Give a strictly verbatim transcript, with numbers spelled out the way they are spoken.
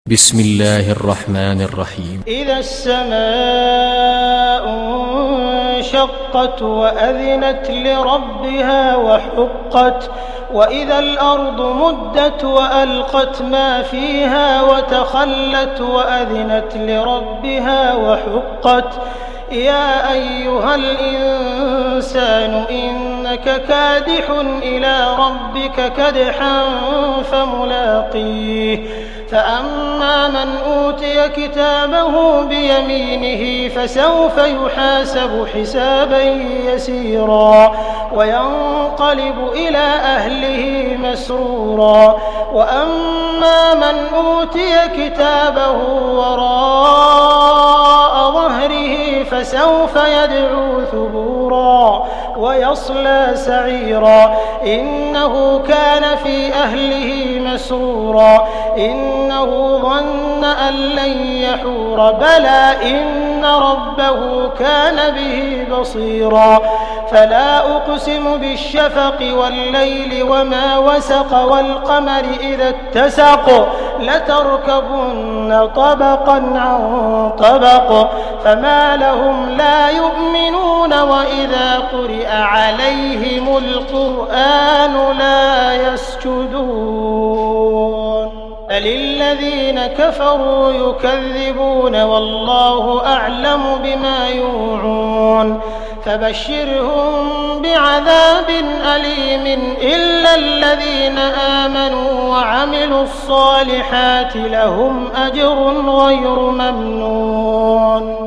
بسم الله الرحمن الرحيم. إذا السماء انشقت وأذنت لربها وحقت وإذا الأرض مدت وألقت ما فيها وتخلت وأذنت لربها وحقت يا أيها الإنسان إنك كادح إلى ربك كدحا فملاقيه فأما من أوتي كتابه بيمينه فسوف يحاسب حسابا يسيرا وينقلب إلى أهله مسرورا وأما من أوتي كتابه وراء ظهره فسوف يدعو ثبورا ويصلى سعيرا إنه كان في أهله مسرورا إنه ظن أن لن يحور بلى إن ربه كان به بصيرا فلا أقسم بالشفق والليل وما وسق والقمر إذا اتسق لتركبن طبقا عن طبق فما لهم لا يؤمنون وإذا قرئ عليهم القرآن لا يسجدون للذين كفروا يكذبون والله أعلم بما يوعون فبشرهم بعذاب أليم إلا الذين آمنوا وعملوا الصالحات لهم أجر غير ممنون.